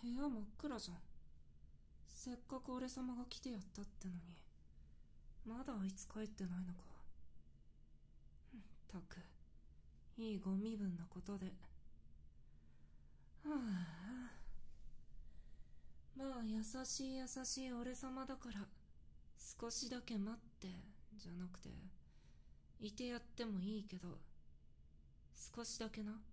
部屋真っ暗じゃん。せっかく俺様が来てやったってのに、まだあいつ帰ってないのか。ったく、いいご身分なことで。はあ、まあ優しい優しい俺様だから少しだけ待ってじゃなくていてやってもいいけど、少しだけな。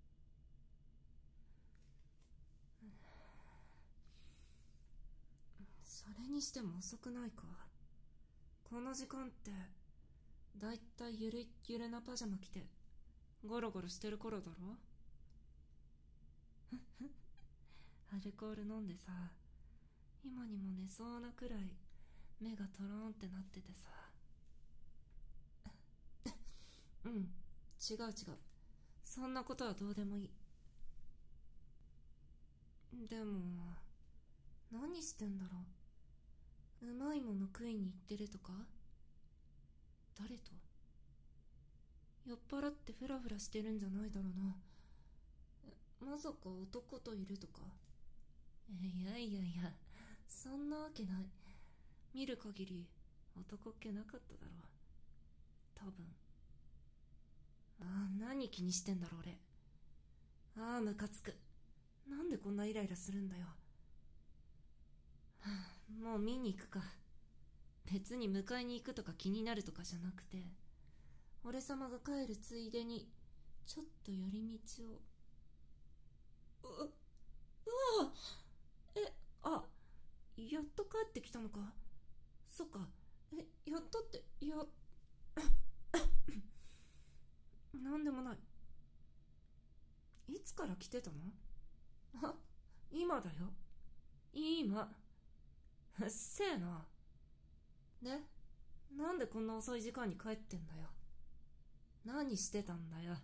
それにしても遅くないか。この時間ってだいたいゆるゆるなパジャマ着てゴロゴロしてる頃だろ。アルコール飲んでさ、今にも寝そうなくらい目がトローンってなっててさ。うん、違う違う、そんなことはどうでもいい。でも何してんだろう。うまいもの食いに行ってるとか。誰と。酔っ払ってフラフラしてるんじゃないだろうな。まさか男といるとか。いやいやいや、そんなわけない。見る限り男っ気なかっただろう、多分。何気にしてんだろ俺。ムカつく。なんでこんなイライラするんだよ。もう見に行くか。別に迎えに行くとか気になるとかじゃなくて、俺様が帰るついでにちょっと寄り道を。うわ、やっと帰ってきたのか。そっか。やっとってなんでもない。いつから来てたの。今だよ、今。うっせえな。で、なんでこんな遅い時間に帰ってんだよ。何してたんだよ。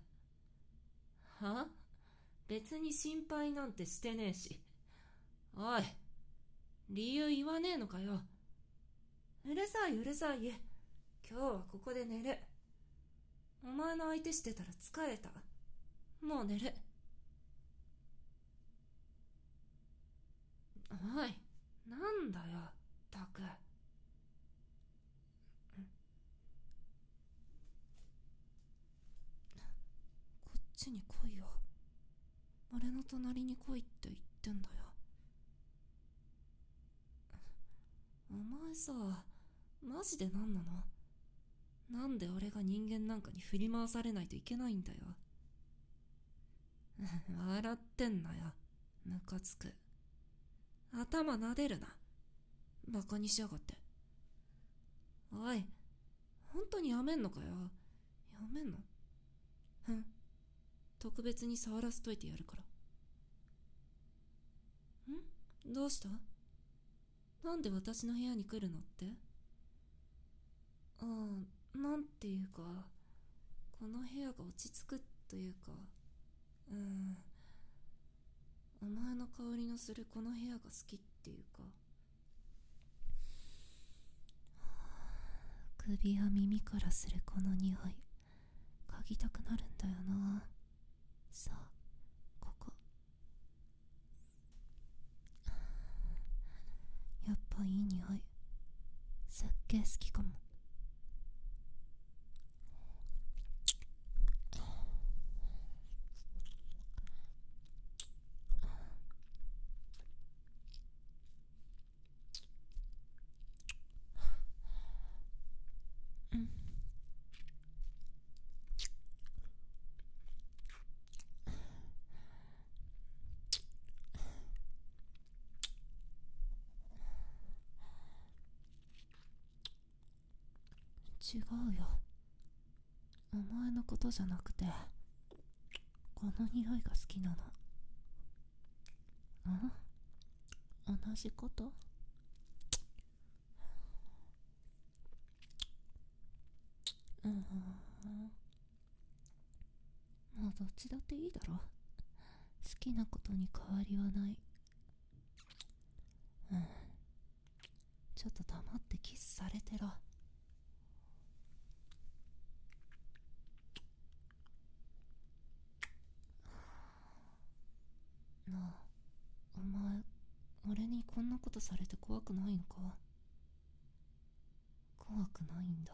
別に心配なんてしてねえし。おい、理由言わねえのかよ。うるさいうるさい。今日はここで寝る。お前の相手してたら疲れた。もう寝る。おい、なんだよ、たく。こっちに来いよ。俺の隣に来いって言ってんだよ。お前さ、マジで何なの。なんで俺が人間なんかに振り回されないといけないんだよ。笑ってんなよ、ムカつく。頭撫でるな、バカにしやがって。おい、本当にやめんのかよ。やめんの。特別に触らせといてやるから。どうした。なんで私の部屋に来るのって。なんていうか、この部屋が落ち着くというか、お前の香りのするこの部屋が好きっていうか。首や耳からするこの匂い、嗅ぎたくなるんだよな。さあ、ここ。やっぱいい匂い、すっげえ好きかも。違うよ、お前のことじゃなくてこの匂いが好きなの。同じこと。もうどっちだっていいだろ。好きなことに変わりはない。ちょっと黙ってキスされてろ。なあ、お前されて怖くないのか？怖くないんだ。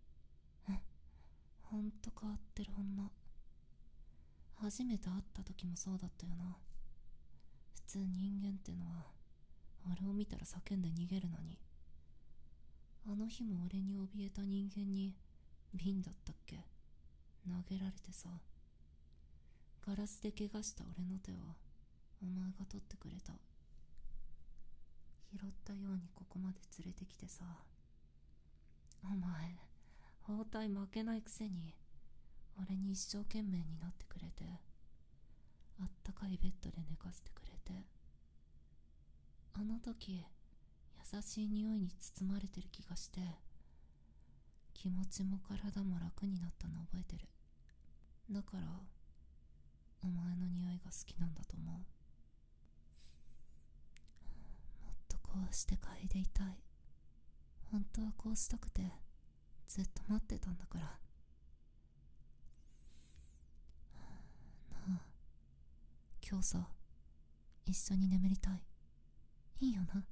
ほんと変わってる女。初めて会った時もそうだったよな。普通人間ってのは俺を見たら叫んで逃げるのに、あの日も俺に怯えた人間に瓶だったっけ投げられてさ、ガラスで怪我した俺の手をお前が取ってくれた。拾ったようにここまで連れてきてさ、お前包帯負けないくせに俺に一生懸命になってくれて、あったかいベッドで寝かせてくれて、あの時優しい匂いに包まれてる気がして、気持ちも体も楽になったの覚えてる。だからお前の匂いが好きなんだと思う。もっとこうして嗅いでいたい。本当はこうしたくてずっと待ってたんだから。なあ、今日さ、一緒に眠りたい。いいよな？